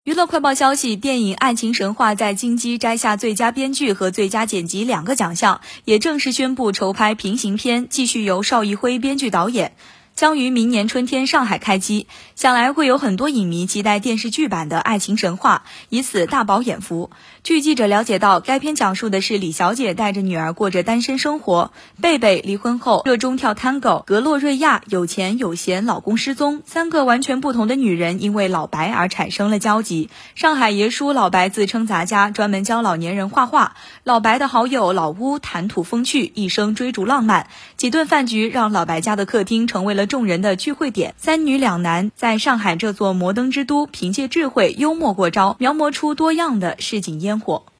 娱乐快报消息，电影《爱情神话》在金鸡摘下最佳编剧和最佳剪辑2个奖项，也正式宣布筹拍平行篇，继续由邵艺辉编剧导演。将于明年春天上海开机，想来会有很多影迷期待电视剧版的《爱情神话》，以此大饱眼福。据记者了解到，该片讲述的是李小姐带着女儿过着单身生活，贝贝离婚后热衷跳探戈，格洛瑞亚有钱有闲，老公失踪，3个完全不同的女人因为老白而产生了交集。上海爷叔老白自称杂家，专门教老年人画画。老白的好友老乌谈吐风趣，一生追逐浪漫。几顿饭局让老白家的客厅成为了众人的聚会点，3女2男在上海这座摩登之都，凭借智慧幽默过招，描摹出多样的市井烟火。